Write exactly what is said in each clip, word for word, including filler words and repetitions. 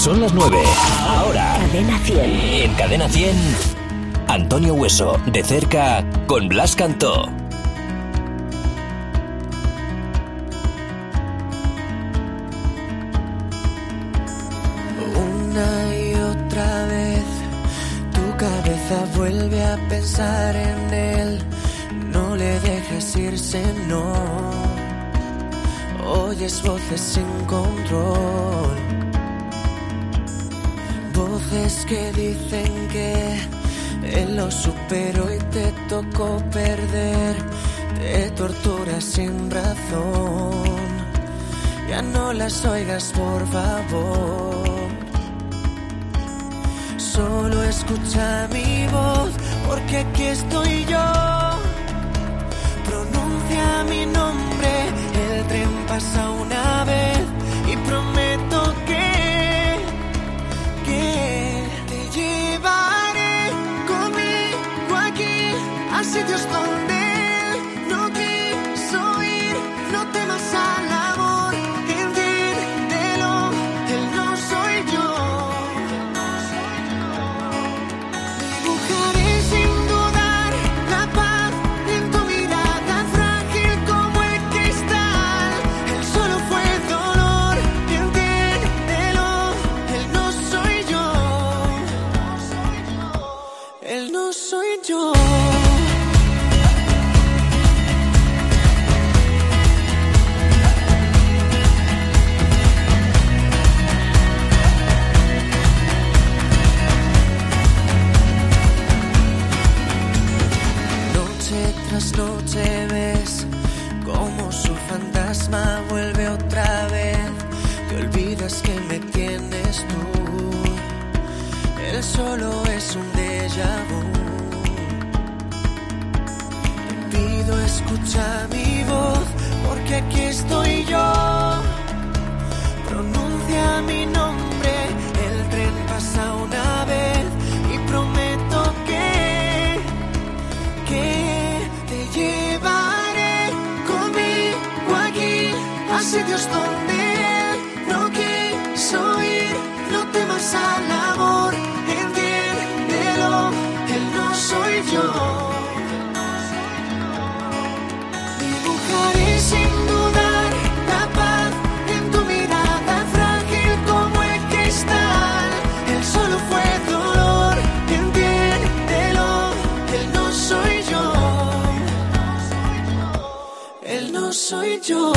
Son las nueve. Ahora. Cadena cien. En Cadena cien, Antonio Hueso, de cerca, con Blas Cantó. Una y otra vez tu cabeza vuelve a pensar en él. No le dejes irse, no. Oyes voces sin control, voces que dicen que él lo superó y te tocó perder. Te torturas sin razón, ya no las oigas, por favor. Solo escucha mi voz, porque aquí estoy yo. Pronuncia mi nombre, el tren pasa una vez y prometo que, que te llevaré conmigo aquí a sitios donde él no quiso ir. No temas al amor, entiéndelo, él no soy yo. Dibujaré sin dudar la paz en tu mirada frágil como el cristal. Él solo fue dolor, entiéndelo, él no soy yo. Él no soy yo. Noche ves como su fantasma vuelve otra vez. Te olvidas que me tienes tú. Él solo es un déjà vu. Te pido escucha mi voz, porque aquí estoy yo. Pronuncia mi nombre, el tren pasa una vez y prometo que, que llevaré conmigo aquí a sitios donde él no quiso ir. No temas al amor, entiéndelo, él no soy yo. Dibujaré sin dudar la paz en tu mirada frágil como el cristal. Él solo fue dolor, entiéndelo, él no soy yo. Él no soy yo.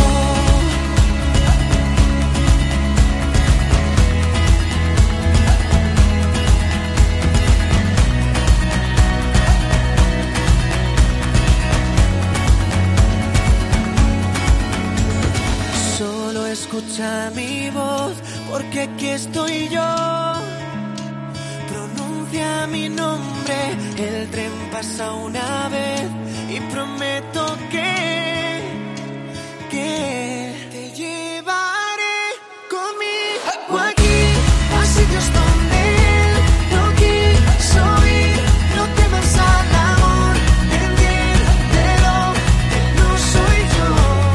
Solo escucha mi voz, porque aquí estoy yo. Pronuncia mi nombre, el tren pasa una vez y prometo que, que te llevaré conmigo aquí a sitios donde él no quiso ir. No temas al amor, entiéndelo, él no soy yo.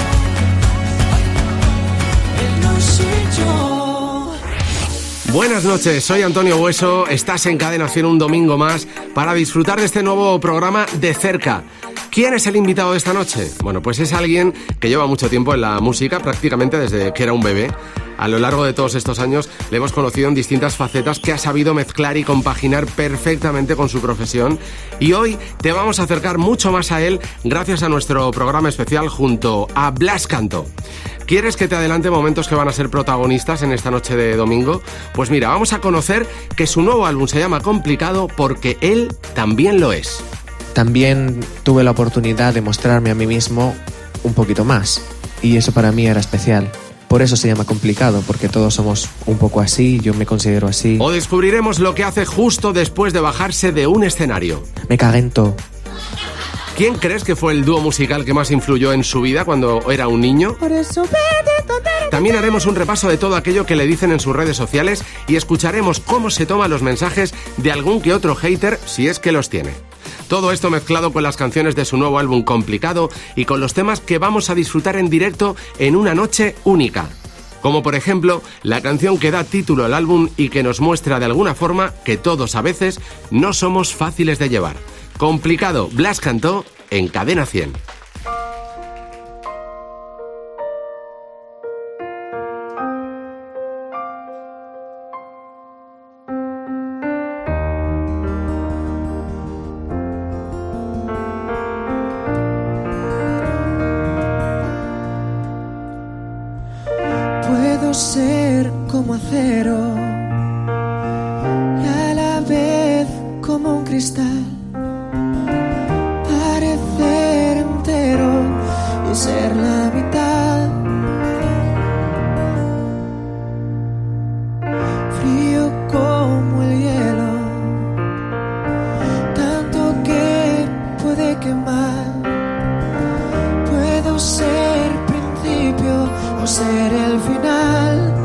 Él no soy yo. Buenas noches, soy Antonio Hueso. Estás en Cadena cien un domingo más para disfrutar de este nuevo programa De Cerca. ¿Quién es el invitado de esta noche? Bueno, pues es alguien que lleva mucho tiempo en la música, prácticamente desde que era un bebé. A lo largo de todos estos años le hemos conocido en distintas facetas que ha sabido mezclar y compaginar perfectamente con su profesión. Y hoy te vamos a acercar mucho más a él gracias a nuestro programa especial junto a Blas Cantó. ¿Quieres que te adelante momentos que van a ser protagonistas en esta noche de domingo? Pues mira, vamos a conocer que su nuevo álbum se llama Complicado porque él también lo es. También tuve la oportunidad de mostrarme a mí mismo un poquito más, y eso para mí era especial. Por eso se llama Complicado, porque todos somos un poco así, yo me considero así. O descubriremos lo que hace justo después de bajarse de un escenario. Me cagué en todo. ¿Quién crees que fue el dúo musical que más influyó en su vida cuando era un niño? Por eso También haremos un repaso de todo aquello que le dicen en sus redes sociales y escucharemos cómo se toman los mensajes de algún que otro hater, si es que los tiene. Todo esto mezclado con las canciones de su nuevo álbum Complicado y con los temas que vamos a disfrutar en directo en una noche única. como por ejemplo la canción que da título al álbum y que nos muestra de alguna forma que todos a veces no somos fáciles de llevar. Complicado, Blas Cantó en Cadena cien. Puedo ser como acero y a la vez como un cristal, parecer entero y ser la mitad, frío como el hielo, tanto que puede quemar. Puedo ser principio o ser el final,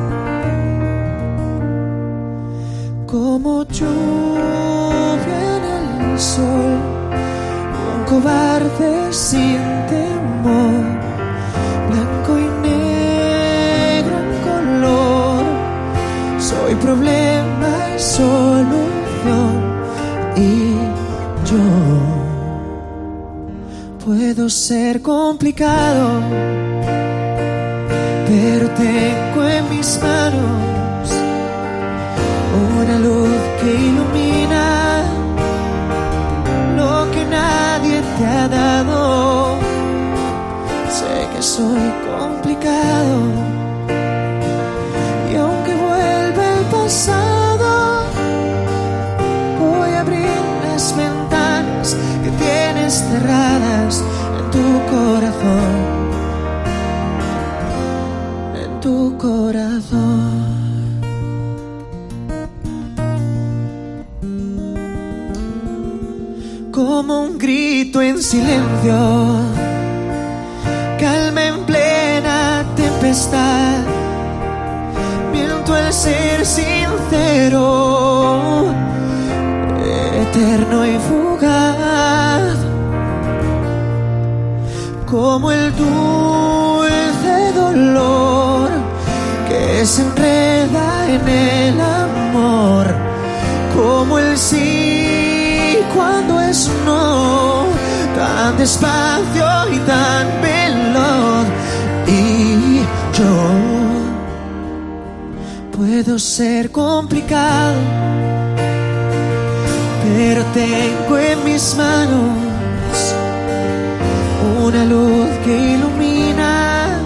como lluvia en el sol, un cobarde sin temor, blanco y negro en color, soy problema y solución, y yo puedo ser complicado, pero tengo en mis manos una luz que ilumina lo que nadie te ha dado. Sé que soy complicado y aunque vuelva el pasado, voy a abrir las ventanas que tienes cerradas en tu corazón. Tu corazón, como un grito en silencio, calma en plena tempestad, miento al ser sincero, eterno y fugaz, como el dulce dolor que se enreda en el amor, como el sí cuando es no, tan despacio y tan veloz. Y yo puedo ser complicado, pero tengo en mis manos una luz que ilumina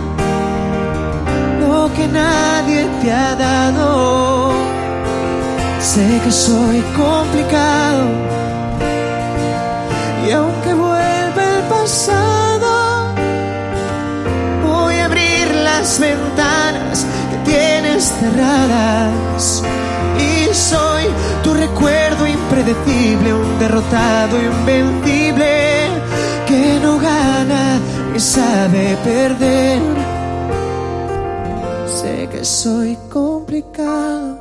lo que nadie te ha dado. Sé que soy complicado y aunque vuelva el pasado, voy a abrir las ventanas que tienes cerradas. Y soy tu recuerdo impredecible, un derrotado invencible que no gana ni sabe perder. Sé que soy complicado,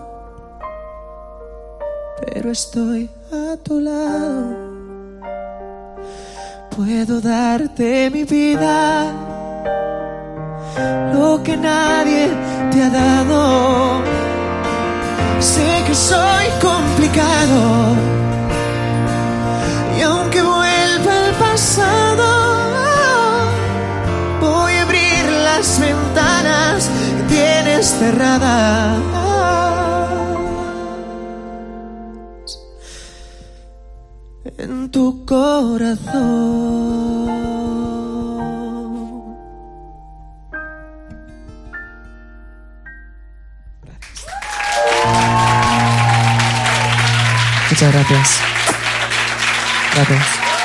pero estoy a tu lado. Puedo darte mi vida, lo que nadie te ha dado. Sé que soy complicado y aunque vuelva el pasado, voy a abrir las ventanas que tienes cerradas en tu corazón. Muchas gracias. Gracias.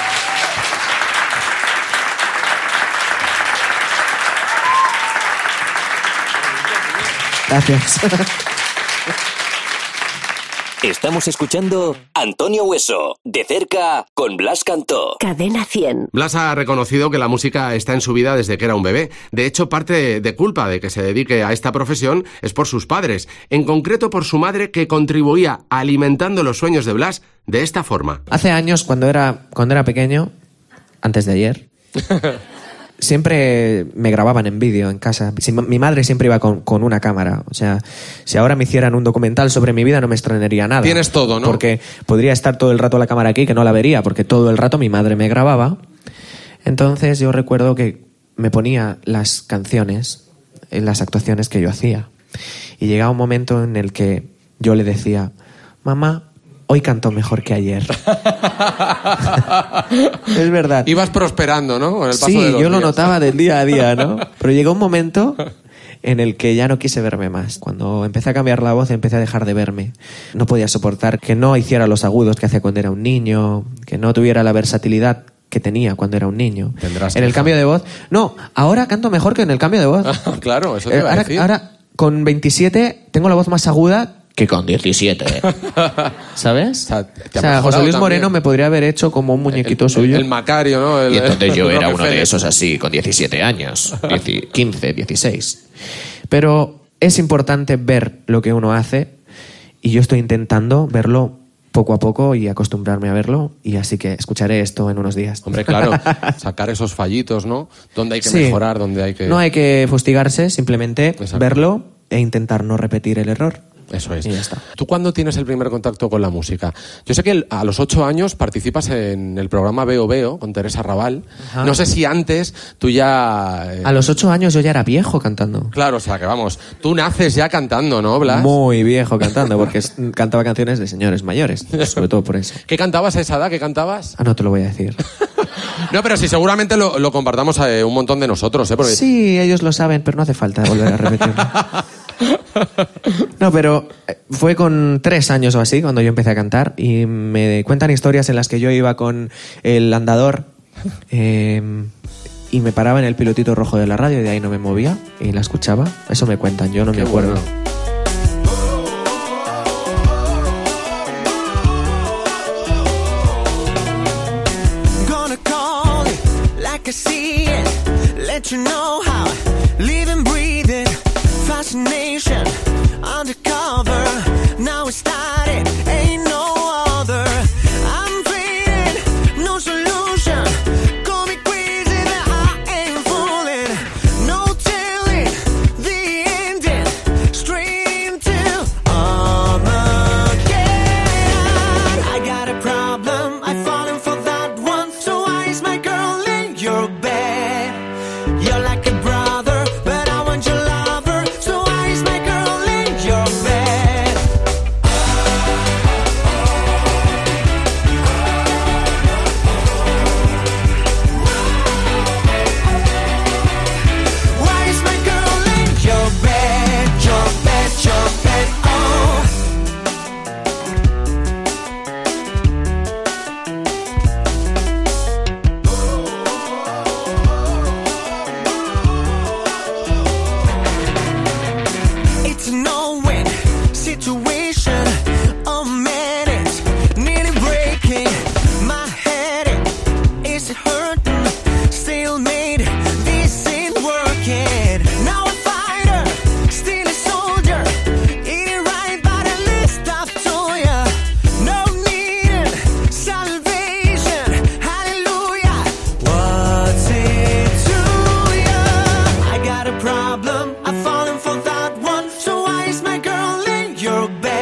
Gracias. Estamos escuchando Antonio Hueso, de cerca, con Blas Cantó. Cadena cien. Blas ha reconocido que la música está en su vida desde que era un bebé. De hecho, parte de culpa de que se dedique a esta profesión es por sus padres, en concreto por su madre, que contribuía alimentando los sueños de Blas de esta forma. Hace años, cuando era, cuando era pequeño, antes de ayer, siempre me grababan en vídeo en casa. Si, mi madre siempre iba con, con una cámara. O sea, si ahora me hicieran un documental sobre mi vida no me extrañaría nada. Tienes todo, ¿no? Porque podría estar todo el rato la cámara aquí que no la vería, porque todo el rato mi madre me grababa. Entonces yo recuerdo que me ponía las canciones en las actuaciones que yo hacía. Y llegaba un momento en el que yo le decía, mamá, hoy canto mejor que ayer. Es verdad. Ibas prosperando, ¿no? Con el paso sí, de los yo lo días. notaba del día a día, ¿no? Pero llegó un momento en el que ya no quise verme más. Cuando empecé a cambiar la voz, empecé a dejar de verme. No podía soportar que no hiciera los agudos que hacía cuando era un niño, que no tuviera la versatilidad que tenía cuando era un niño. Tendrás en el queja. cambio de voz... No, ahora canto mejor que en el cambio de voz. Claro, eso te Eh, iba a ahora, decir. ahora, con veintisiete, tengo la voz más aguda que con diecisiete. ¿Sabes? O sea, te ha O sea, mejorado José Luis también. Moreno me podría haber hecho como un muñequito el, suyo. El, el Macario, ¿no? El, Y entonces yo el era uno de Rockefeller. esos así, con diecisiete años, quince, dieciséis. Pero es importante ver lo que uno hace y yo estoy intentando verlo poco a poco y acostumbrarme a verlo, y así que escucharé esto en unos días. Hombre, claro, sacar esos fallitos, ¿no? Donde hay que Sí. mejorar, donde hay que... No hay que fustigarse, simplemente Exacto. verlo e intentar no repetir el error. Eso es. Y ya está. ¿Tú cuándo tienes el primer contacto con la música? Yo sé que el- a los ocho años participas en el programa Veo Veo con Teresa Raval. Ajá. No sé si antes tú ya... eh, A los ocho años yo ya era viejo cantando. Claro, o sea, que vamos, tú naces ya cantando, ¿no, Blas? Muy viejo cantando, porque es- cantaba canciones de señores mayores, sobre todo por eso. ¿Qué cantabas a esa edad? ¿Qué cantabas? Ah, no te lo voy a decir. No, pero sí, seguramente lo, lo compartamos eh, un montón de nosotros, ¿eh? Porque... Sí, ellos lo saben, pero no hace falta volver a repetirlo. No, pero eh, fue con tres años o así cuando yo empecé a cantar y me cuentan historias en las que yo iba con el andador eh, y me paraba en el pilotito rojo de la radio y de ahí no me movía y la escuchaba. Eso me cuentan, yo no Qué me acuerdo. bueno. Gonna call it like I see it. Let you know how living, breathing, fascination, undercover. Now it started, ain't no other. I'm fading, no solution. Call me crazy, that I ain't fooling. No telling the ending, straight into Armageddon. I got a problem, I've fallen for that one. So why is my girl in your bed? You're like a brother, but I want your lover. So why is my girl in your bed? Why is my girl in your bed? Your bed, your bed, oh. It's a no-win situation. A minute, nearly breaking my head. Is it hurting? Still made this ain't working. Now a fighter, still a soldier. Eating right by the list I've told ya. No need salvation. Hallelujah. What's it to ya? I got a problem. I've fallen for that one. So why is my girl in your bed?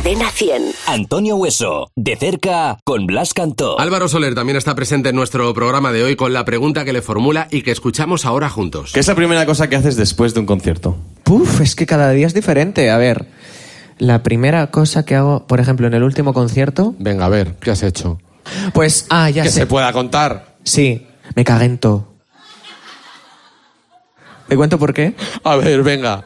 Cadena cien. Antonio Hueso, de cerca con Blas Cantó. Álvaro Soler también está presente en nuestro programa de hoy con la pregunta que le formula y que escuchamos ahora juntos. ¿Qué es la primera cosa que haces después de un concierto? Puf, es que cada día es diferente. A ver, la primera cosa que hago, por ejemplo, en el último concierto... Venga, a ver, ¿qué has hecho? Pues, ah, ya que sé. Que se pueda contar. Sí, me cagué en todo. ¿Te cuento por qué? A ver, venga.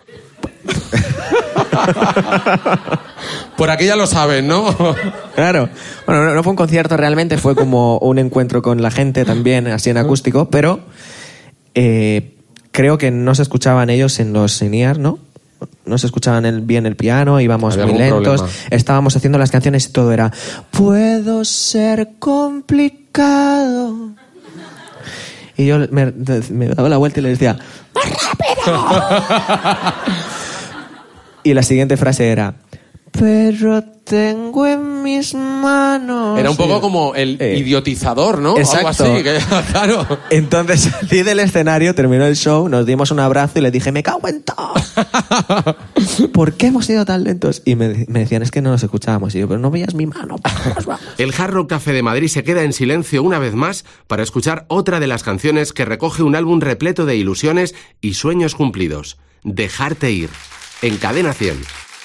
Por aquí ya lo saben, ¿no? Claro. Bueno, no, no fue un concierto realmente, fue como un encuentro con la gente también, así en acústico, pero eh, creo que no se escuchaban ellos en los in-ear, ¿no? No se escuchaban el, bien el piano, íbamos muy lentos, problema. Estábamos haciendo las canciones y todo era puedo ser complicado. Y yo me, me daba la vuelta y le decía ¡más rápido! Y la siguiente frase era pero tengo en mis manos... Era un poco como el eh, idiotizador, ¿no? Exacto. Algo así, que, claro. Entonces salí del escenario, terminó el show, nos dimos un abrazo y le dije, me cago en todo. ¿Por qué hemos ido tan lentos? Y me, me decían, es que no nos escuchábamos. Y yo, pero no veías mi mano. Vamos, vamos. El Hard Rock Café de Madrid se queda en silencio una vez más para escuchar otra de las canciones que recoge un álbum repleto de ilusiones y sueños cumplidos. Dejarte ir. En Cadena cien.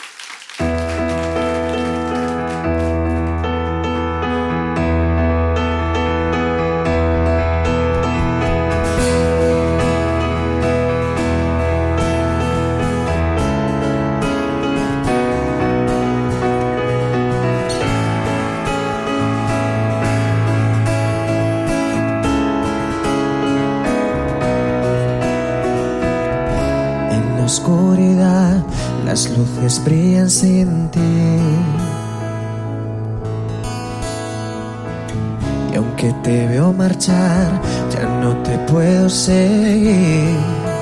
Oscuridad, las luces brillan sin ti. Y aunque te veo marchar, ya no te puedo seguir.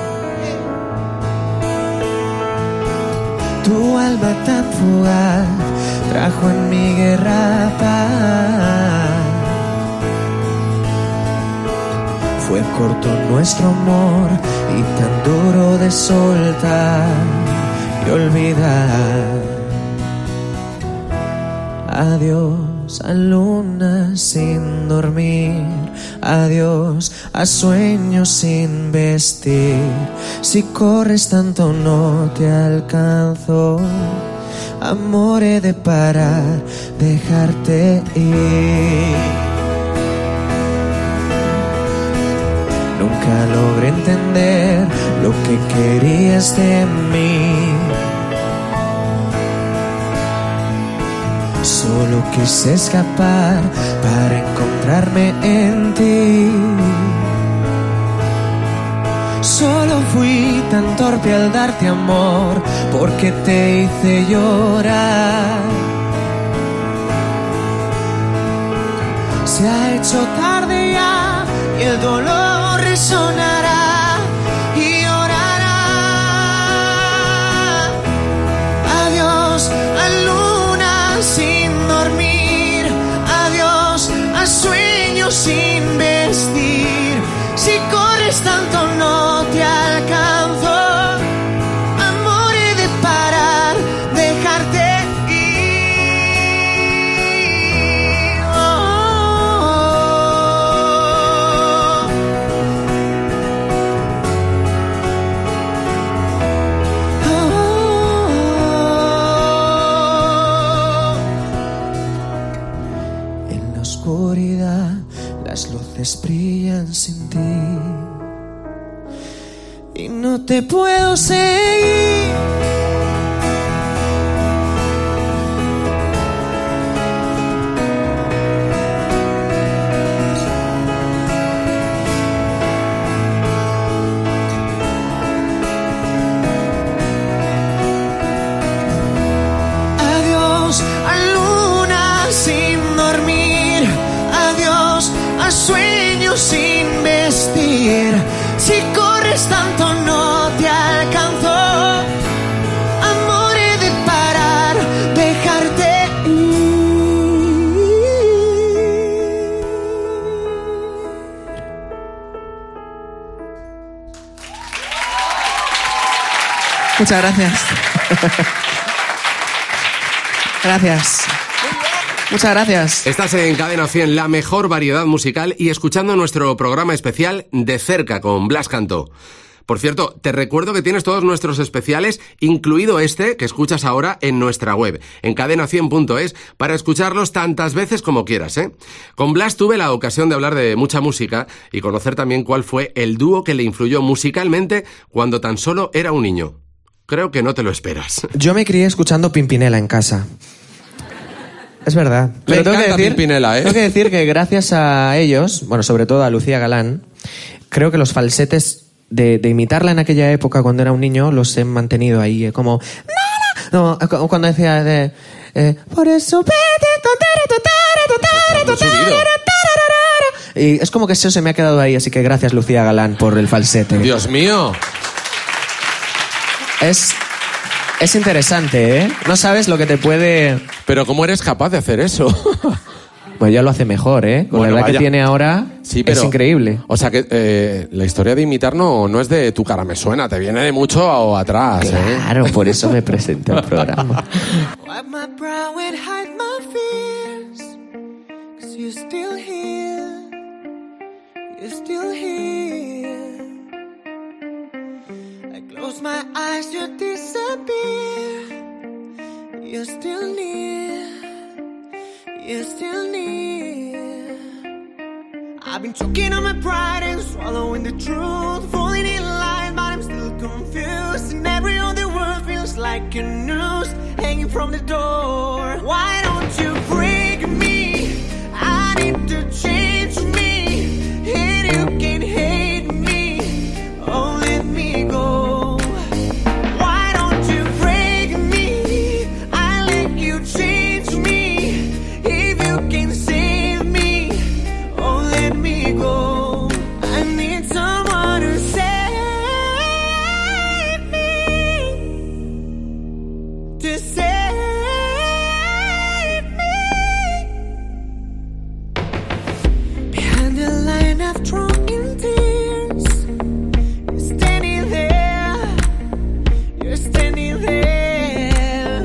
Tu alma tan fugaz trajo en mi guerra paz. Fue corto nuestro amor y tan duro de soltar y olvidar. Adiós a luna sin dormir, adiós a sueños sin vestir. Si corres tanto no te alcanzo, amor he de parar, dejarte ir. Nunca logré entender lo que querías de mí. Solo quise escapar para encontrarme en ti. Solo fui tan torpe al darte amor porque te hice llorar. Se ha hecho tarde ya y el dolor resonará y llorará. Adiós a luna sin dormir, adiós a sueños sin vestir. Si corres tanto no te alcanzo, amor he de parar, dejarte ir. Oh, oh, oh. En la oscuridad las luces brillan sin ti y no te puedo seguir. Adiós a luna sin dormir, adiós a sueños sin vestir. Si corres tanto no te alcanzo, amor he de parar, dejarte ir. Muchas gracias. Gracias. Muchas gracias. Estás en Cadena cien, la mejor variedad musical, y escuchando nuestro programa especial De Cerca con Blas Cantó. Por cierto, te recuerdo que tienes todos nuestros especiales, incluido este que escuchas ahora, en nuestra web, en cadena cien punto es, para escucharlos tantas veces como quieras, ¿eh? Con Blas tuve la ocasión de hablar de mucha música y conocer también cuál fue el dúo que le influyó musicalmente cuando tan solo era un niño. Creo que no te lo esperas. Yo me crié escuchando Pimpinela en casa. Es verdad. Le Pero tengo que, encanta decir, Pimpinela, ¿eh? tengo que decir que gracias a ellos, bueno, sobre todo a Lucía Galán, creo que los falsetes de, de imitarla en aquella época cuando era un niño los he mantenido ahí, eh, como... No, no, cuando decía de... Eh, por eso... Y es como que eso se me ha quedado ahí, así que gracias, Lucía Galán, por el falsete. Dios mío. Es... Es interesante, ¿eh? No sabes lo que te puede... Pero ¿cómo eres capaz de hacer eso? Pues ya lo hace mejor, ¿eh? Con Bueno, la edad vaya. que tiene ahora, Sí, pero, es increíble. O sea que eh, la historia de imitar no, no es de tu cara me suena, te viene de mucho a- atrás, ¿eh? Claro, por eso me presenté al programa. Wipe my brow and hide my fears, 'cause you're still here, you're still here. I close my eyes, you disappear, you're still near, you're still near. I've been choking on my pride and swallowing the truth, falling in line, but I'm still confused, and every other word feels like a noose hanging from the door. Why don't you break me? I need to change me, and you can hate me, oh let me go. Why don't you break me? I'll let you change me, if you can save me, oh let me go. I need someone to save me, to save me. Behind the line I've drawn in tears, you're standing there, you're standing there,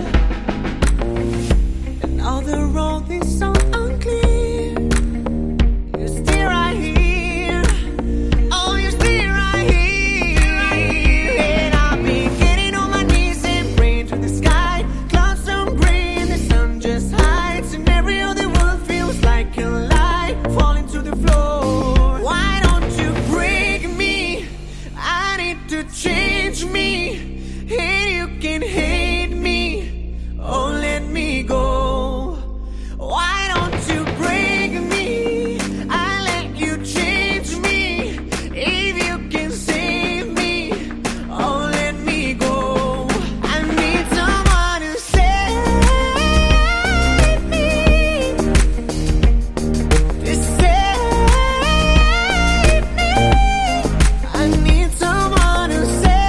and all the road is so unclear. You're still right here, oh you're still right here, and I've been getting on my knees and praying to the sky. Clouds don't bring, the sun just hides, and every other word feels like a lie falling to the floor. Why don't you break me? I need to change me, and you can hate me, oh let me go. Why don't you break me? I'll let you change me, if you can save me, oh let me go. I need someone to save me, to save me. I need someone to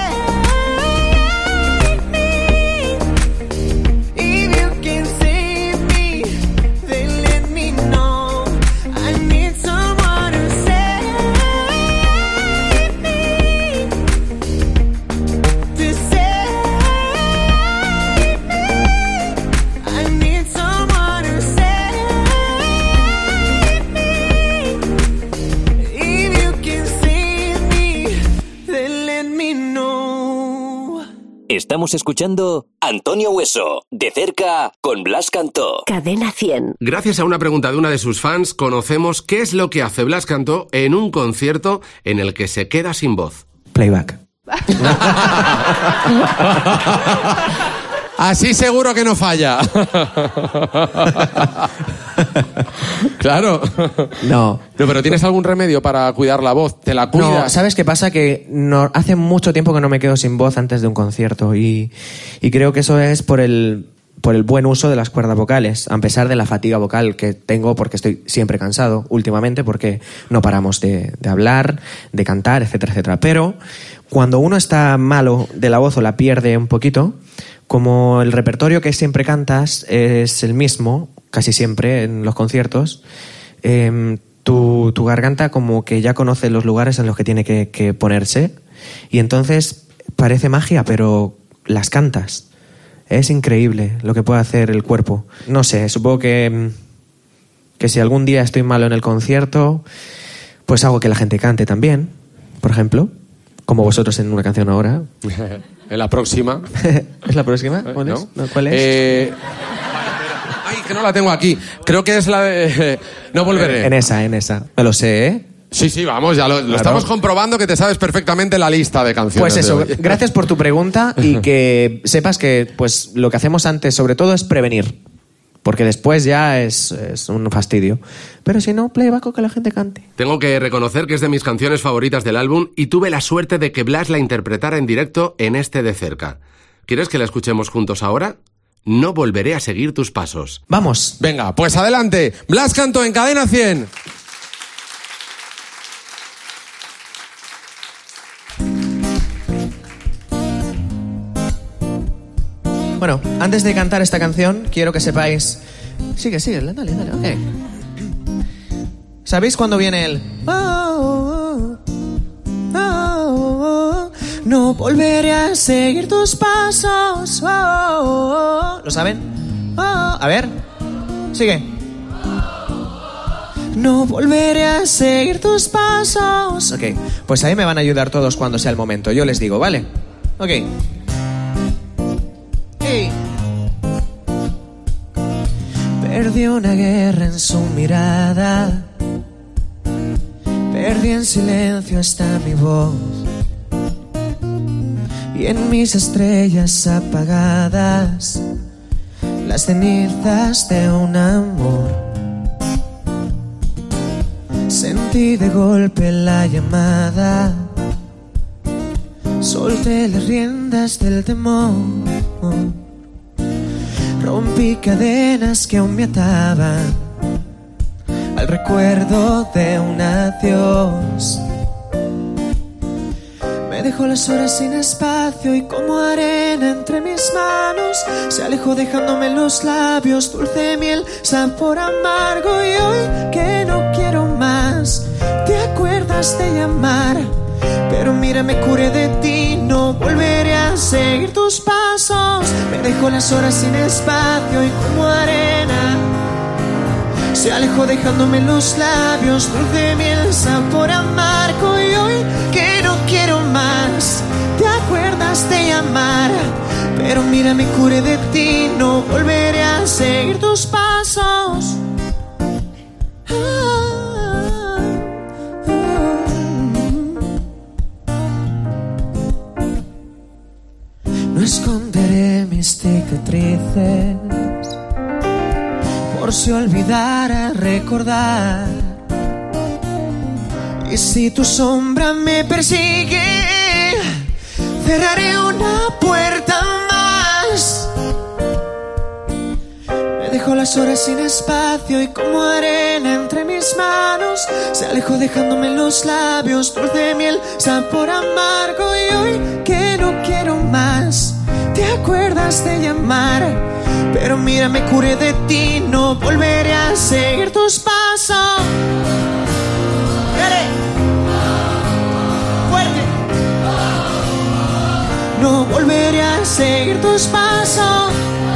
save me, if you can save me, then let me know. I need someone to save me, to save me. I need someone to save me, if you can save me, then let me know. Estamos escuchando Antonio Hueso, de cerca con Blas Cantó. Cadena cien. Gracias a una pregunta de una de sus fans, conocemos qué es lo que hace Blas Cantó en un concierto en el que se queda sin voz. Playback. Así seguro que no falla. Claro. No. No, pero ¿tienes algún remedio para cuidar la voz? ¿Te la cuidas? No, ¿sabes qué pasa? Que no, hace mucho tiempo que no me quedo sin voz antes de un concierto y, y creo que eso es por el, por el buen uso de las cuerdas vocales, a pesar de la fatiga vocal que tengo porque estoy siempre cansado últimamente porque no paramos de, de hablar, de cantar, etcétera, etcétera. Pero cuando uno está malo de la voz o la pierde un poquito, como el repertorio que siempre cantas es el mismo, casi siempre en los conciertos, eh, tu, tu garganta como que ya conoce los lugares en los que tiene que, que ponerse y entonces parece magia, pero las cantas. Es increíble lo que puede hacer el cuerpo. No sé, supongo que, que si algún día estoy malo en el concierto, pues hago que la gente cante también, por ejemplo, como vosotros en una canción ahora. En la próxima. ¿Es la próxima? ¿Cuál es? ¿No? ¿Cuál es? Eh... Ay, que no la tengo aquí. Creo que es la de... No volveré. En esa, en esa. Me lo sé, ¿eh? Sí, sí, vamos, ya lo, lo Claro. estamos comprobando que te sabes perfectamente la lista de canciones. Pues eso, de hoy. gracias por tu pregunta y que sepas que pues lo que hacemos antes sobre todo es prevenir, porque después ya es, es un fastidio. Pero si no, playback o que la gente cante. Tengo que reconocer que es de mis canciones favoritas del álbum y tuve la suerte de que Blas la interpretara en directo en este De Cerca. ¿Quieres que la escuchemos juntos ahora? No volveré a seguir tus pasos. Vamos. Venga, pues adelante. Blas Cantó en Cadena cien. Bueno, antes de cantar esta canción, quiero que sepáis... Sigue, sigue, dale, dale, ok. ¿Sabéis cuándo viene el... Oh, oh, oh, oh, no volveré a seguir tus pasos. Oh, oh, oh. ¿Lo saben? Oh, a ver, sigue. No volveré a seguir tus pasos. Ok, pues ahí me van a ayudar todos cuando sea el momento. Yo les digo, ¿vale? Ok. Hey. Perdí una guerra en su mirada. Perdí en silencio hasta mi voz. Y en mis estrellas apagadas, las cenizas de un amor. Sentí de golpe la llamada. Solté las riendas del temor. Rompí cadenas que aún me ataban al recuerdo de un adiós. Me dejó las horas sin espacio y como arena entre mis manos se alejó dejándome en los labios dulce miel, sabor amargo. Y hoy que no quiero más, te acuerdas de llamar. Pero mira, me curé de ti, no volveré a seguir tus pasos. Me dejó las horas sin espacio y como arena se alejó dejándome en los labios dulce miel, sabor amargo. Y hoy que no quiero más, te acuerdas de llamar. Pero mira, me curé de ti, no volveré a seguir tus pasos. No esconderé mis cicatrices por si olvidara recordar. Y si tu sombra me persigue, cerraré una puerta más. Me dejó las horas sin espacio y como arena entre mis manos se alejó dejándome en los labios dulce miel, sabor amargo. Y hoy que no quiero más, te acuerdas de llamar. Pero mira, me curé de ti, no volveré a seguir tus pasos. ¡Dale! ¡Fuerte! No volveré a seguir tus pasos.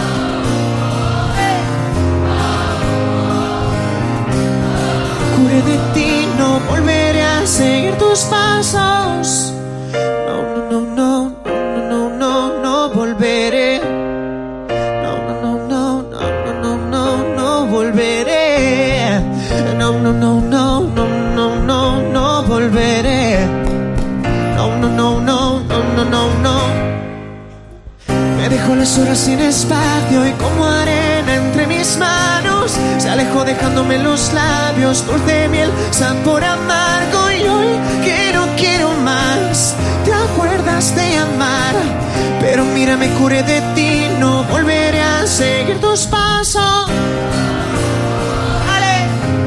Curé de ti, no volveré a seguir tus pasos. No, no, no, no, no, no, no volveré. No, no, no, no, no, no, no, no volveré. No, no, no, no, no, no, no, no volveré. No, no, no, no, no, no, no, no. Me dejó las horas sin espacio y como arena entre mis manos se alejó dejándome en los labios dulce miel, sabor amargo. Y hoy que no quiero más, te acuerdas de llamar. Pero mira, me curé de ti, no volveré a seguir tus pasos. ¡Dale!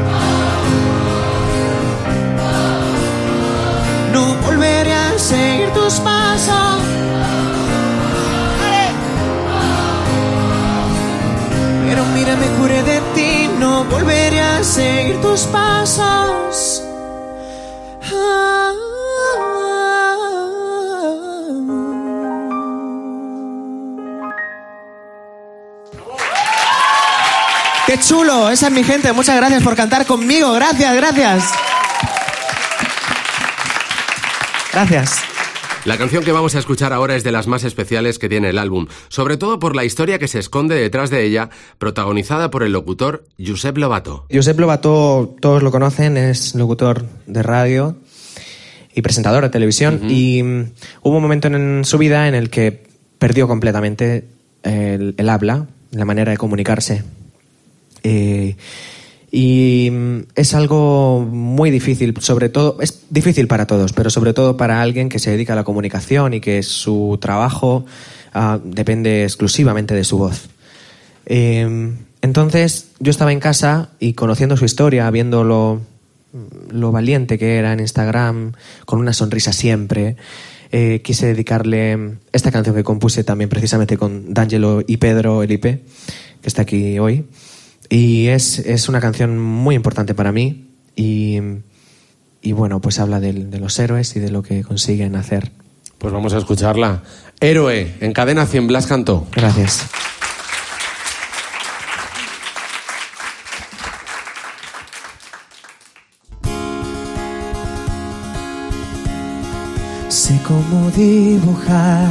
No volveré a seguir tus pasos. ¡Dale! Pero mira, me curé de ti, no volveré a seguir tus pasos. Ah. ¡Qué chulo! Esa es mi gente. Muchas gracias por cantar conmigo. Gracias, gracias. Gracias. La canción que vamos a escuchar ahora es de las más especiales que tiene el álbum, sobre todo por la historia que se esconde detrás de ella, protagonizada por el locutor Josep Lobato. Josep Lobato, todos lo conocen, es locutor de radio y presentador de televisión. Uh-huh. Y um, hubo un momento en su vida en el que perdió completamente el, el habla, la manera de comunicarse. Eh, y es algo muy difícil, sobre todo, es difícil para todos, pero sobre todo para alguien que se dedica a la comunicación y que su trabajo uh, depende exclusivamente de su voz. Eh, entonces yo estaba en casa y conociendo su historia, viendo lo, lo valiente que era en Instagram, con una sonrisa siempre, eh, quise dedicarle esta canción que compuse también precisamente con D'Angelo y Pedro el I P, que está aquí hoy. Y es, es una canción muy importante para mí y, y bueno, pues habla de, de los héroes y de lo que consiguen hacer. Pues vamos a escucharla. Héroe, en Cadena cien, Blas Cantó. Gracias. Sé cómo dibujar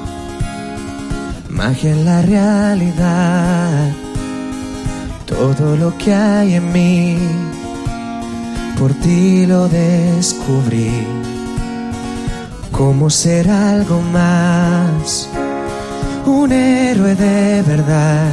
magia en la realidad. Todo lo que hay en mí, por ti lo descubrí. Cómo ser algo más, un héroe de verdad.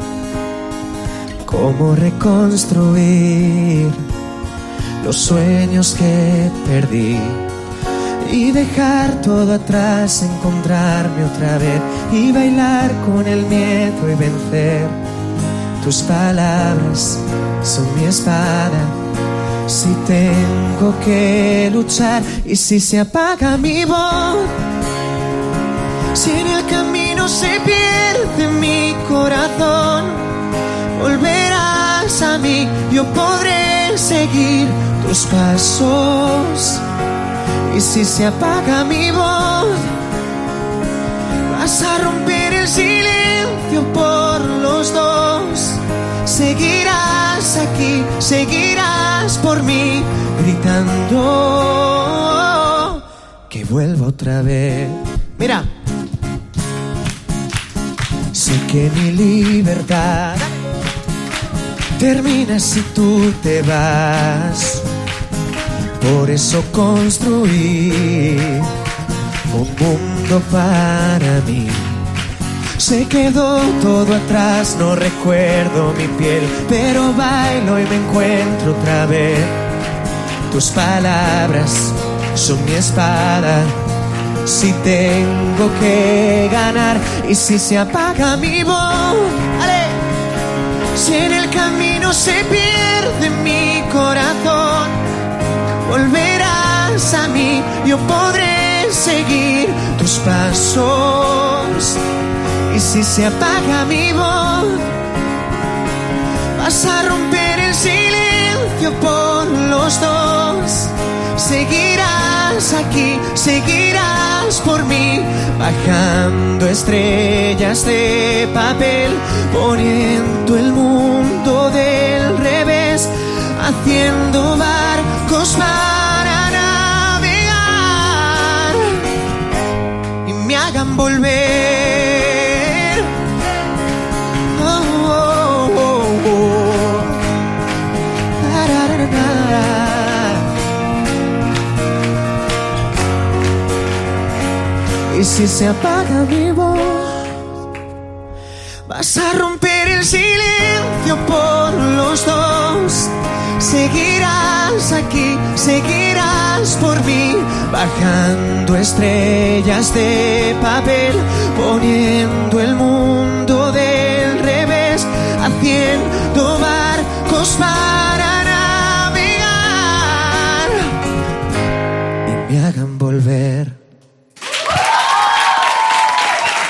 Cómo reconstruir los sueños que perdí y dejar todo atrás, encontrarme otra vez y bailar con el miedo y vencer. Tus palabras son mi espada. Si tengo que luchar y si se apaga mi voz, si en el camino se pierde mi corazón, volverás a mí, yo podré seguir tus pasos. Y si se apaga mi voz, vas a romper el silencio por los dos. Seguirás aquí, seguirás por mí, gritando que vuelva otra vez. Mira, sé que mi libertad termina si tú te vas. Por eso construí un mundo para mí. Se quedó todo atrás, no recuerdo mi piel, pero bailo y me encuentro otra vez. Tus palabras son mi espada. Si tengo que ganar y si se apaga mi voz, ¡ale! Si en el camino se pierde mi corazón, volverás a mí, yo podré seguir tus pasos. Y si se apaga mi voz, vas a romper el silencio por los dos. Seguirás aquí, seguirás por mí, bajando estrellas de papel, poniendo el mundo del revés, haciendo barcos para navegar y me hagan volver. Y si se apaga mi voz, vas a romper el silencio por los dos. Seguirás aquí, seguirás por mí, bajando estrellas de papel, poniendo el mundo del revés, haciendo barcos para navegar y me hagan volver.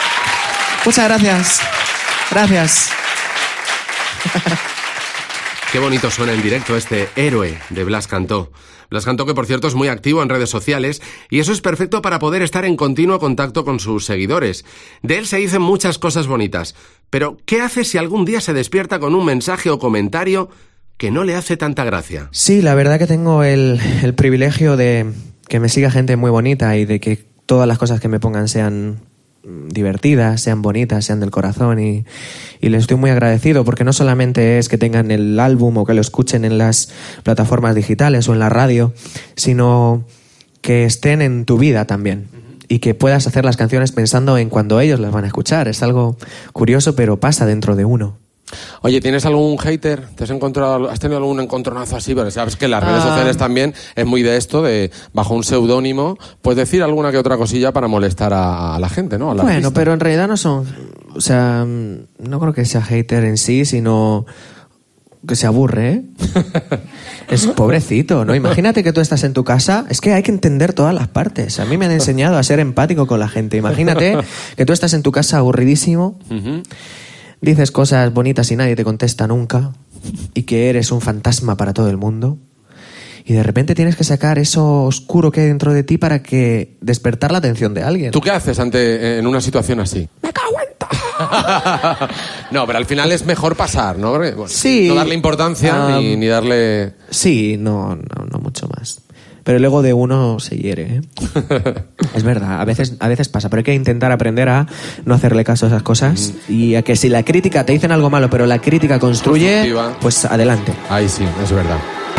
Muchas gracias. Gracias. Qué bonito suena en directo este Héroe de Blas Cantó. Blas Cantó, que por cierto es muy activo en redes sociales, y eso es perfecto para poder estar en continuo contacto con sus seguidores. De él se dicen muchas cosas bonitas, pero ¿qué hace si algún día se despierta con un mensaje o comentario que no le hace tanta gracia? Sí, la verdad que tengo el, el privilegio de que me siga gente muy bonita y de que todas las cosas que me pongan sean divertidas, sean bonitas, sean del corazón, y, y les estoy muy agradecido, porque no solamente es que tengan el álbum o que lo escuchen en las plataformas digitales o en la radio, sino que estén en tu vida también y que puedas hacer las canciones pensando en cuando ellos las van a escuchar. Es algo curioso, pero pasa dentro de uno. Oye, ¿tienes algún hater? ¿Te has encontrado, has tenido algún encontronazo así? Porque sabes que las redes Ah. sociales también es muy de esto, de bajo un seudónimo, pues decir alguna que otra cosilla para molestar a, a la gente, ¿no? A la Bueno, artista. pero en realidad no son... O sea, no creo que sea hater en sí, sino que se aburre, ¿eh? Es pobrecito, ¿no? Imagínate que tú estás en tu casa. Es que hay que entender todas las partes. A mí me han enseñado a ser empático con la gente. Imagínate que tú estás en tu casa aburridísimo, Ujú. dices cosas bonitas y nadie te contesta nunca, y que eres un fantasma para todo el mundo, y de repente tienes que sacar eso oscuro que hay dentro de ti para que despertar la atención de alguien. ¿Tú qué haces ante en una situación así? ¡Me cago en todo! No, pero al final es mejor pasar, ¿no? Porque, bueno, Sí. no darle importancia Um, ni, ni darle... Sí, no, no, no mucho más. Pero el ego de uno se hiere, ¿eh? Es verdad, a veces, a veces pasa, pero hay que intentar aprender a no hacerle caso a esas cosas, y a que si la crítica, te dicen algo malo, pero la crítica construye, Constructiva. pues adelante. Ahí sí, es verdad.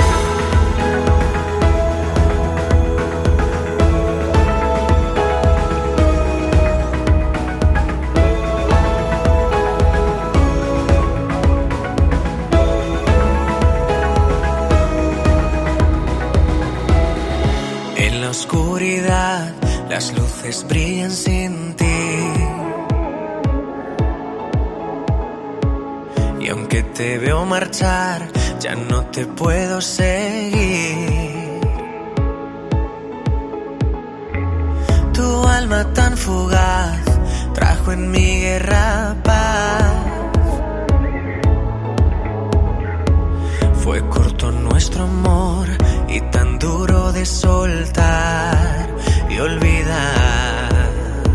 En la oscuridad las luces brillan sin ti. Y aunque te veo marchar, ya no te puedo seguir. Tu alma tan fugaz trajo en mi guerra paz. Fue corto nuestro amor y tan duro de soltar y olvidar.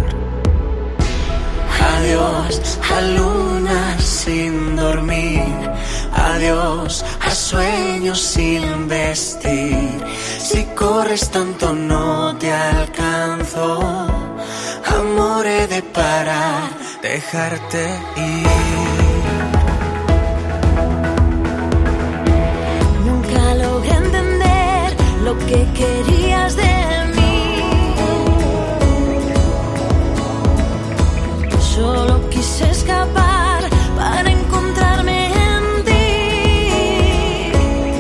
Adiós a lunas sin dormir, adiós a sueños sin vestir. Si corres tanto no te alcanzo, amor he de parar, dejarte ir. Nunca logré entender lo que querías de mí. Solo quise escapar para encontrarme en ti.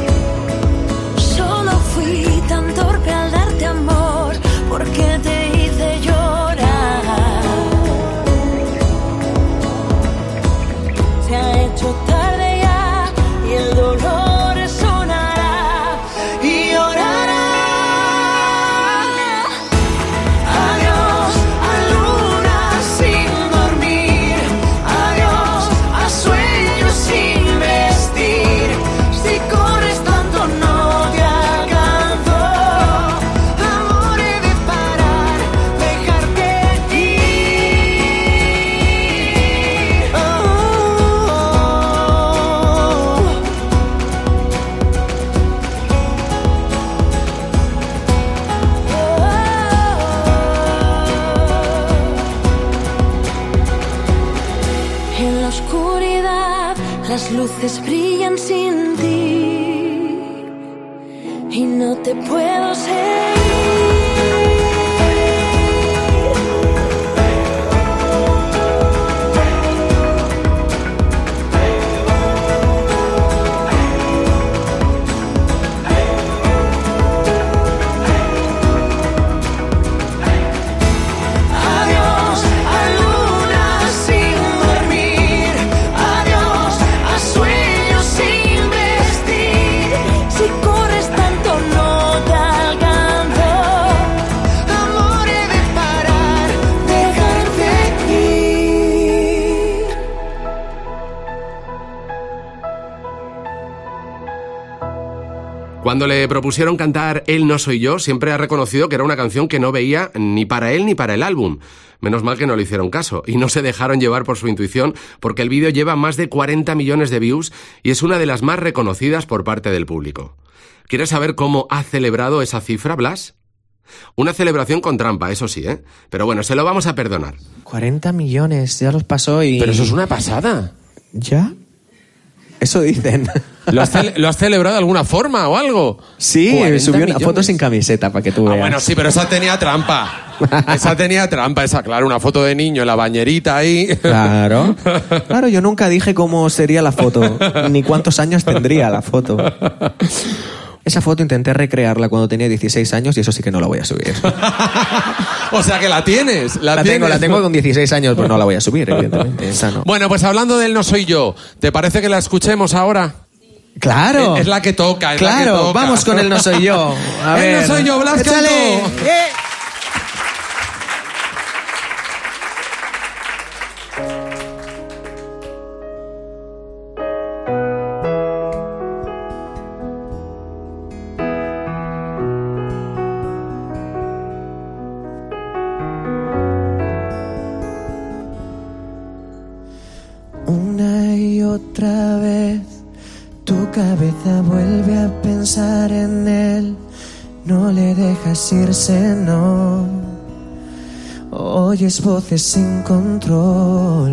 Solo fui tan torpe al darte amor, porque te hice llorar. Se ha hecho tarde ya y el dolor sonará y llorará. Adiós a luna sin dormir, adiós a sueños sin vestir. Si corres tanto no te alcanzo, amor he de parar, dejarte ir. Oh. En la oscuridad las luces brillan sin ti y no te puedo seguir. Adiós a luna sin dormir, adiós a sueños sin vestir. Si corres tanto no te alcanzo, Cuando le propusieron cantar Él no soy yo, siempre ha reconocido que era una canción que no veía ni para él ni para el álbum. Menos mal que no le hicieron caso y no se dejaron llevar por su intuición, porque el vídeo lleva más de cuarenta millones de views y es una de las más reconocidas por parte del público. ¿Quieres saber cómo ha celebrado esa cifra, Blas? Una celebración con trampa, eso sí, ¿eh? Pero bueno, se lo vamos a perdonar. cuarenta millones, ya los pasó y... Pero eso es una pasada. ¿Ya? Eso dicen. ¿Lo has, ce- ¿Lo has celebrado de alguna forma o algo? Sí, subió una foto sin camiseta para que tú veas. Ah, bueno, sí, pero esa tenía trampa. Esa tenía trampa, esa, claro, una foto de niño en la bañerita ahí. Claro. Claro, yo nunca dije cómo sería la foto, ni cuántos años tendría la foto. Esa foto intenté recrearla cuando tenía dieciséis años y eso sí que no la voy a subir. O sea que la tienes. La, La tienes. tengo, la tengo con dieciséis años, pero no la voy a subir, evidentemente. Esa no. Bueno, pues hablando del No soy yo, ¿te parece que la escuchemos ahora? ¡Claro! Es, es la que toca, es claro, la que toca. vamos con el No soy yo. A El ver. No soy yo, Blas Échale. Cantó. ¡Eh! Una y otra vez tu cabeza vuelve a pensar en él. No le dejas irse, no. Oyes voces sin control,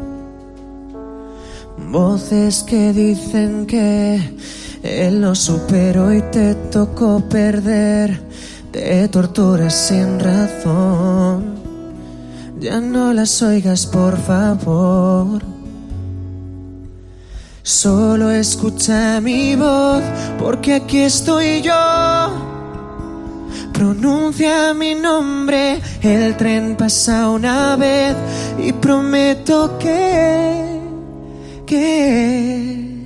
voces que dicen que él lo superó y te tocó perder. Te torturas sin razón. Ya no las oigas, por favor. Solo escucha mi voz, porque aquí estoy yo. Pronuncia mi nombre, el tren pasa una vez y prometo que, que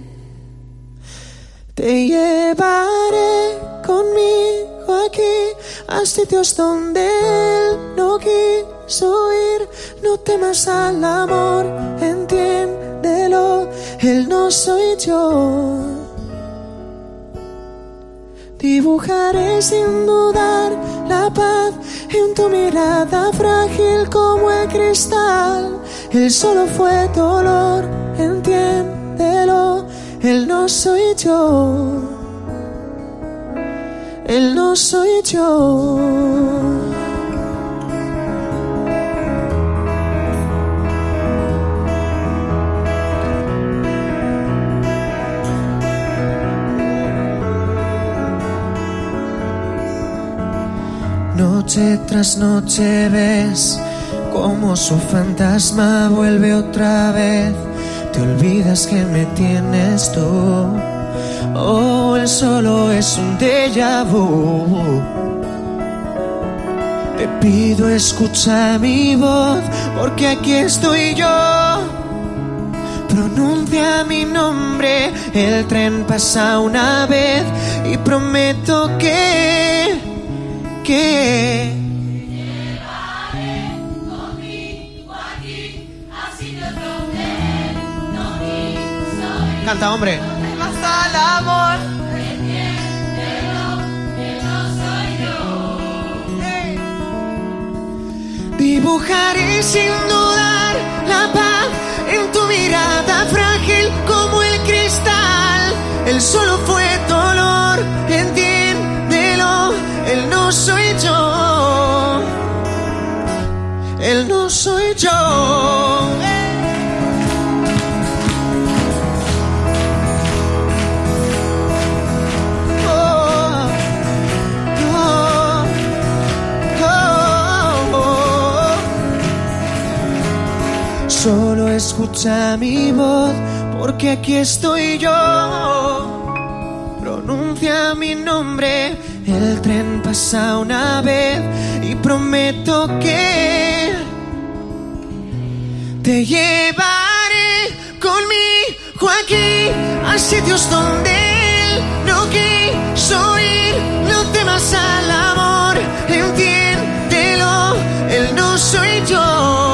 te llevaré conmigo aquí a sitios donde él no quiso ir. No temas al amor, entiéndelo, él no soy yo. Dibujaré sin dudar la paz en tu mirada frágil como el cristal. Él solo fue dolor, entiéndelo, él no soy yo. Él no soy yo. Noche tras noche ves cómo su fantasma vuelve otra vez. Te olvidas que me tienes tú. Oh, él solo es un déjà vu. Te pido escucha mi voz, porque aquí estoy yo. Pronuncia mi nombre, el tren pasa una vez y prometo que, que te llevaré conmigo aquí a sitios donde él no quiso ir. Canta, hombre. Pasa el amor, entiéndelo, que no soy yo. dibujaré sin dudar la paz en tu mirada frágil como el cristal. Él solo fue dolor, entiéndelo, él no soy yo. Él no soy yo. Solo escucha mi voz, porque aquí estoy yo. Pronuncia mi nombre, el tren pasa una vez y prometo que te llevaré conmigo aquí a sitios donde él no quiso ir. No temas al amor, entiéndelo, él no soy yo.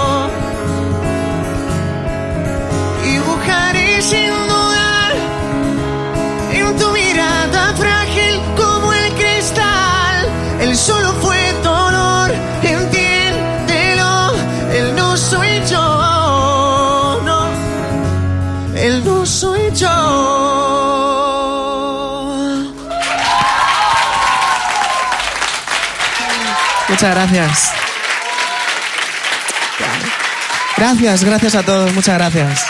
Dibujaré sin dudar en tu mirada frágil Muchas gracias. Gracias, gracias a todos, muchas gracias.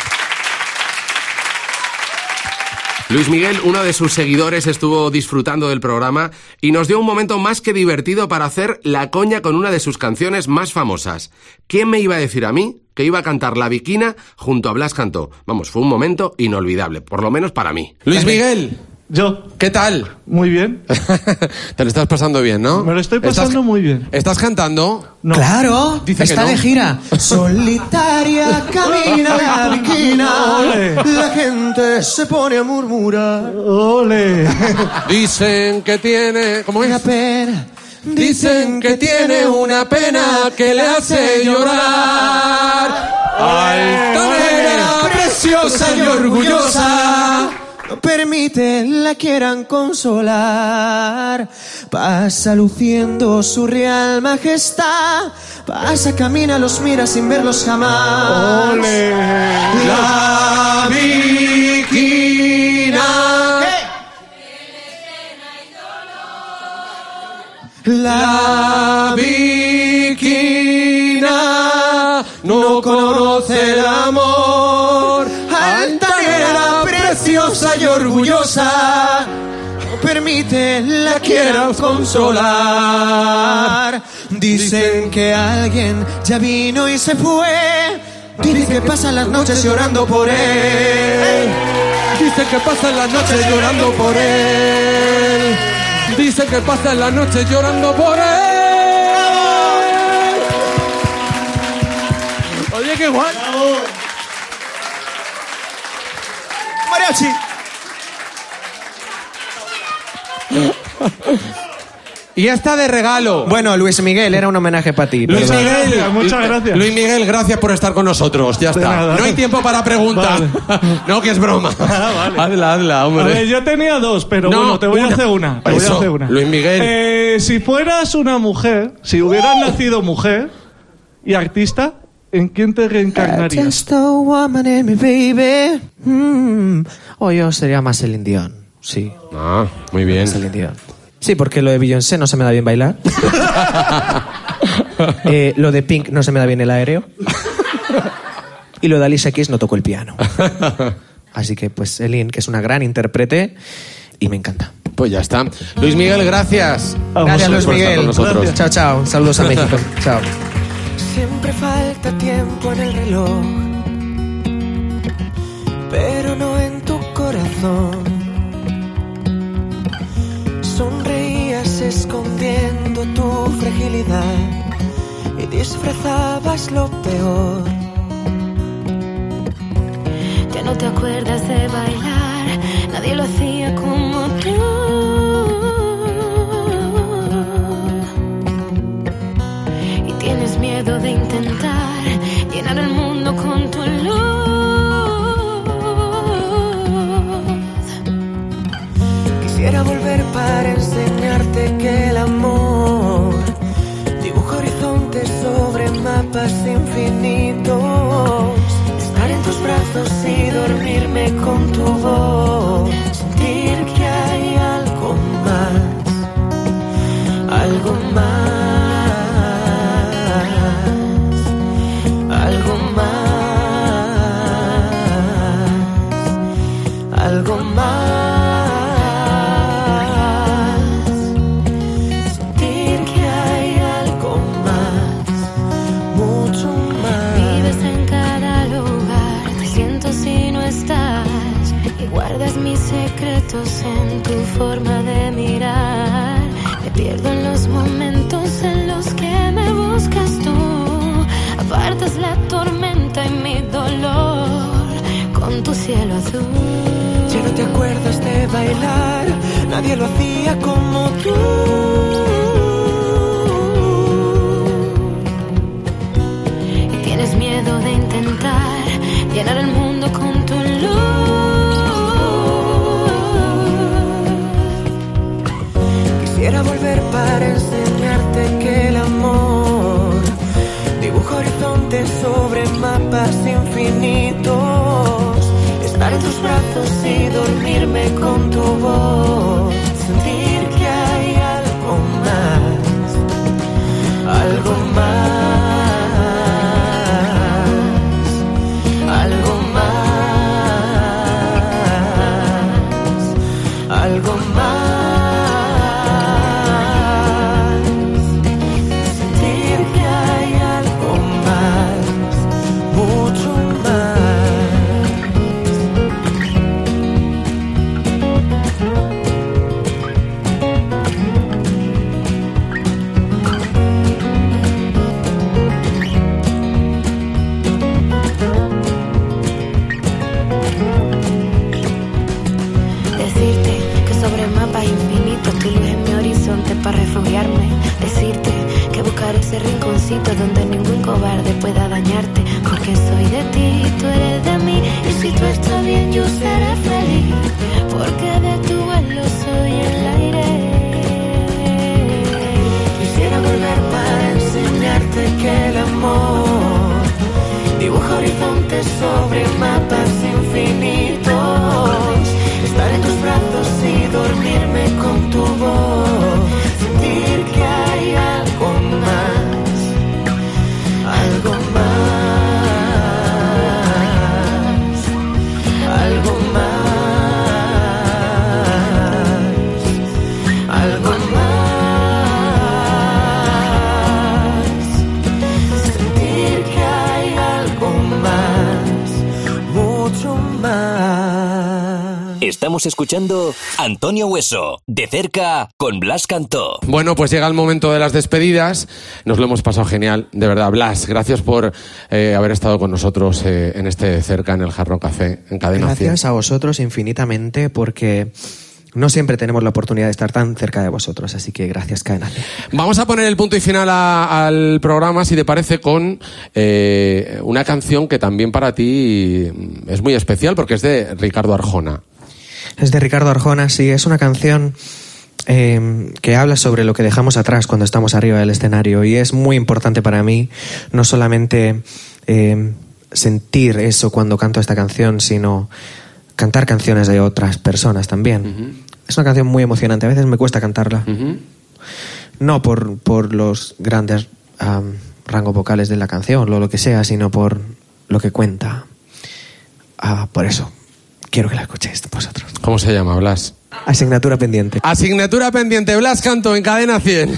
Luis Miguel, uno de sus seguidores, estuvo disfrutando del programa y nos dio un momento más que divertido para hacer la coña con una de sus canciones más famosas. ¿Quién me iba a decir a mí que iba a cantar La Viquina junto a Blas Cantó? Vamos, fue un momento inolvidable, por lo menos para mí. Luis Miguel. Yo. ¿Qué tal? Muy bien. Te lo estás pasando bien, ¿no? Me lo estoy pasando ¿Estás, muy bien. ¿Estás cantando? No. Claro, Dice que está no. de gira. Solitaria camina la viquina, Ole. la gente se pone a murmurar. ¡Ole! Dicen que tiene... ¿Cómo es? Una pena. Dicen que tiene una pena que le hace llorar. Altanera, preciosa y orgullosa. No permite la quieran consolar. Pasa luciendo su real majestad. Pasa, camina, los mira sin verlos jamás. ¡Ole! La Viquina. La Viquina no conoce el amor. Altanera, preciosa y orgullosa, no permite la quieran consolar. Dicen que alguien ya vino y se fue. Dicen que pasan las noches llorando por él. Dicen que pasan las noches llorando por él. Dicen que pasan las noches llorando por él. Oye, qué guay. Mariachi. Y está de regalo. Bueno, Luis Miguel, era un homenaje para ti. Luis pero- Miguel, gracias, muchas gracias. Luis Miguel, gracias por estar con nosotros. Ya De está. nada. No hay tiempo para preguntar. Vale. No, que es broma. Ah, vale. Hazla, hazla, A hombre. ver, yo tenía dos, pero No, bueno, te voy una. a hacer una. Te voy Eso, a hacer una. Luis Miguel. Eh, si fueras una mujer, si hubieras nacido mujer y artista, ¿en quién te reencarnarías? Just a woman in me, baby. Mm. O yo sería más Celine Dion. Sí, Ah, muy bien. Celine Dion. Sí, porque lo de Beyoncé no se me da bien bailar. eh, lo de Pink no se me da bien el aéreo. Y lo de Alicia Keys no tocó el piano. Así que, pues, Celine, que es una gran intérprete y me encanta. Pues ya está. Luis Miguel, gracias. A Gracias, Luis vosotros. por estar Miguel. con nosotros. Chao, chao. Saludos a México. Chao. Siempre falta tiempo en el reloj, pero no en tu corazón. Sonreías escondiendo tu fragilidad y disfrazabas lo peor. Ya no te acuerdas de bailar, nadie lo hacía como tú. Y tienes miedo de intentar llenar el mundo con tu luz. Quisiera volver para enseñarte que el amor dibuja horizontes sobre mapas infinitos. Estar en tus brazos y dormirme con tu voz. Sentir que hay algo más, algo más, algo más, algo más. Sentir que hay algo más, mucho más. Vives en cada lugar, te siento si no estás. Y guardas mis secretos en tu forma de mirar. Me pierdo en los momentos en los que me buscas tú. Apartas la tormenta y mi dolor con tu cielo azul. Ya no te acuerdas de bailar, nadie lo hacía como tú. Y tienes miedo de intentar llenar el mundo con tu luz. Quisiera volver para enseñarte que el amor dibuja horizontes sobre mapas infinitos. Estar en tus brazos y dormirme con tu voz. Sentir que hay algo más, algo más, sentir que hay algo más, mucho para refugiarme, decirte que buscaré ese rinconcito donde ningún cobarde pueda dañarte, porque soy de ti, tú eres de mí, y si tú estás bien yo seré feliz, porque de tu vuelo soy el aire. Quisiera volver para enseñarte que el amor dibuja horizontes sobre mapas infinitos, estar en tus brazos y dormirme con tu voz, sentir que hay algo más, algo más, algo más, algo más, sentir que hay algo más, mucho más. Estamos escuchando Antonio Hueso, de cerca, con Blas Cantó. Bueno, pues llega el momento de las despedidas. Nos lo hemos pasado genial, de verdad. Blas, gracias por eh, haber estado con nosotros eh, en este de cerca, en el Hard Rock Café, en Cadena cien. Gracias a vosotros infinitamente, porque no siempre tenemos la oportunidad de estar tan cerca de vosotros, así que gracias, Cadena cien. Vamos a poner el punto y final a, al programa, si te parece, con eh, una canción que también para ti es muy especial, porque es de Ricardo Arjona. Es de Ricardo Arjona, sí, es una canción eh, que habla sobre lo que dejamos atrás cuando estamos arriba del escenario, y es muy importante para mí no solamente eh, sentir eso cuando canto esta canción, sino cantar canciones de otras personas también. Uh-huh. Es una canción muy emocionante, a veces me cuesta cantarla. Uh-huh. No por, por los grandes um, rangos vocales de la canción o lo que sea, sino por lo que cuenta. Uh, por eso quiero que la escuchéis vosotros. ¿Cómo se llama, Blas? Asignatura pendiente. Asignatura pendiente, Blas Cantó en Cadena cien.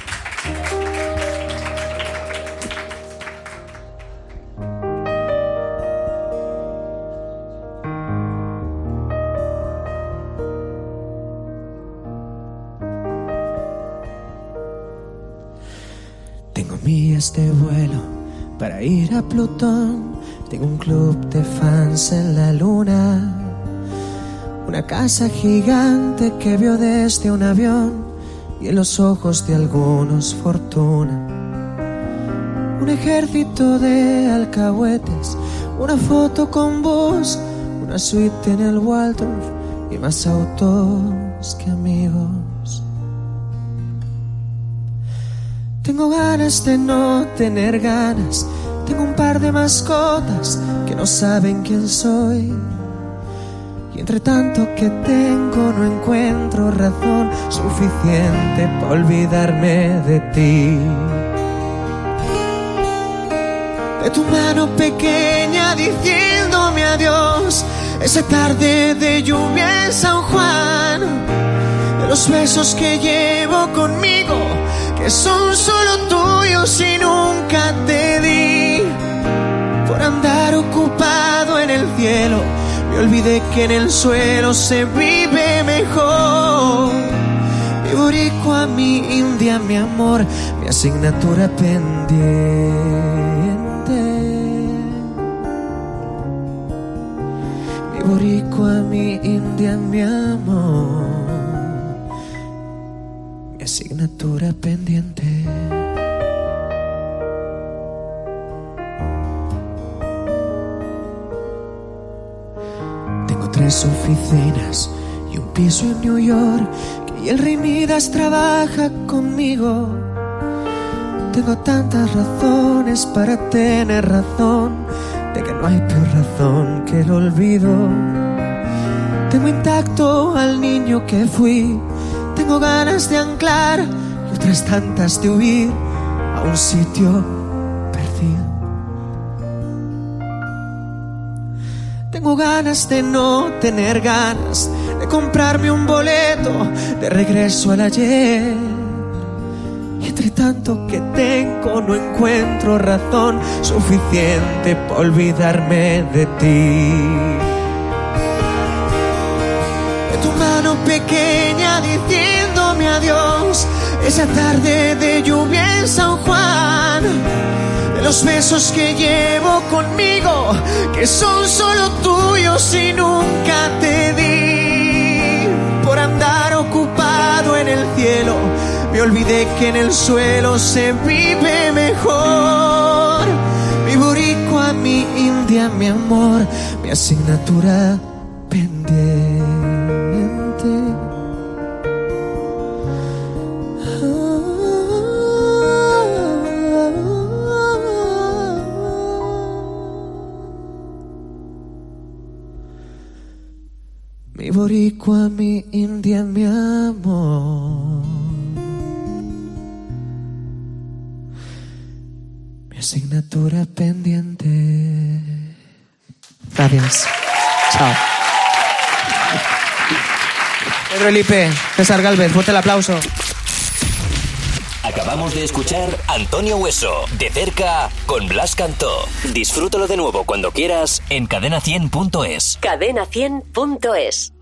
Tengo millas de vuelo para ir a Plutón. Tengo un club de fans en la luna. Una casa gigante que vio desde un avión y en los ojos de algunos fortuna. Un ejército de alcahuetes, una foto con vos, una suite en el Waldorf y más autos que amigos. Tengo ganas de no tener ganas. Tengo un par de mascotas que no saben quién soy. Y entre tanto que tengo no encuentro razón suficiente para olvidarme de ti. De tu mano pequeña diciéndome adiós, esa tarde de lluvia en San Juan. De los besos que llevo conmigo, que son solo tuyos y nunca te di. Por andar ocupado en el cielo, me olvidé que en el suelo se vive mejor. Mi boricua, mi india, mi amor, mi asignatura pendiente. Mi boricua, mi india, mi amor, mi asignatura pendiente. Tres oficinas y un piso en New York, que y el Rey Midas trabaja conmigo. Tengo tantas razones para tener razón, de que no hay peor razón que el olvido. Tengo intacto al niño que fui, tengo ganas de anclar y otras tantas de huir a un sitio perdido. Tengo ganas de no tener ganas, de comprarme un boleto de regreso al ayer. Y entre tanto que tengo no encuentro razón suficiente para olvidarme de ti. De tu mano pequeña diciéndome adiós, esa tarde de lluvia en San Juan. De los besos que llevo conmigo, que son solo tuyos y nunca te di. Por andar ocupado en el cielo, me olvidé que en el suelo se vive mejor. Mi boricua, mi india, mi amor, mi asignatura pendiente. Mi boricua, mi india, mi amor, mi asignatura pendiente. Gracias. Chao. Pedro Elipe, César Gálvez, fuerte el aplauso. Acabamos de escuchar Antonio Hueso, de cerca, con Blas Cantó. Disfrútalo de nuevo cuando quieras en cadena cien punto es. cadena cien punto es.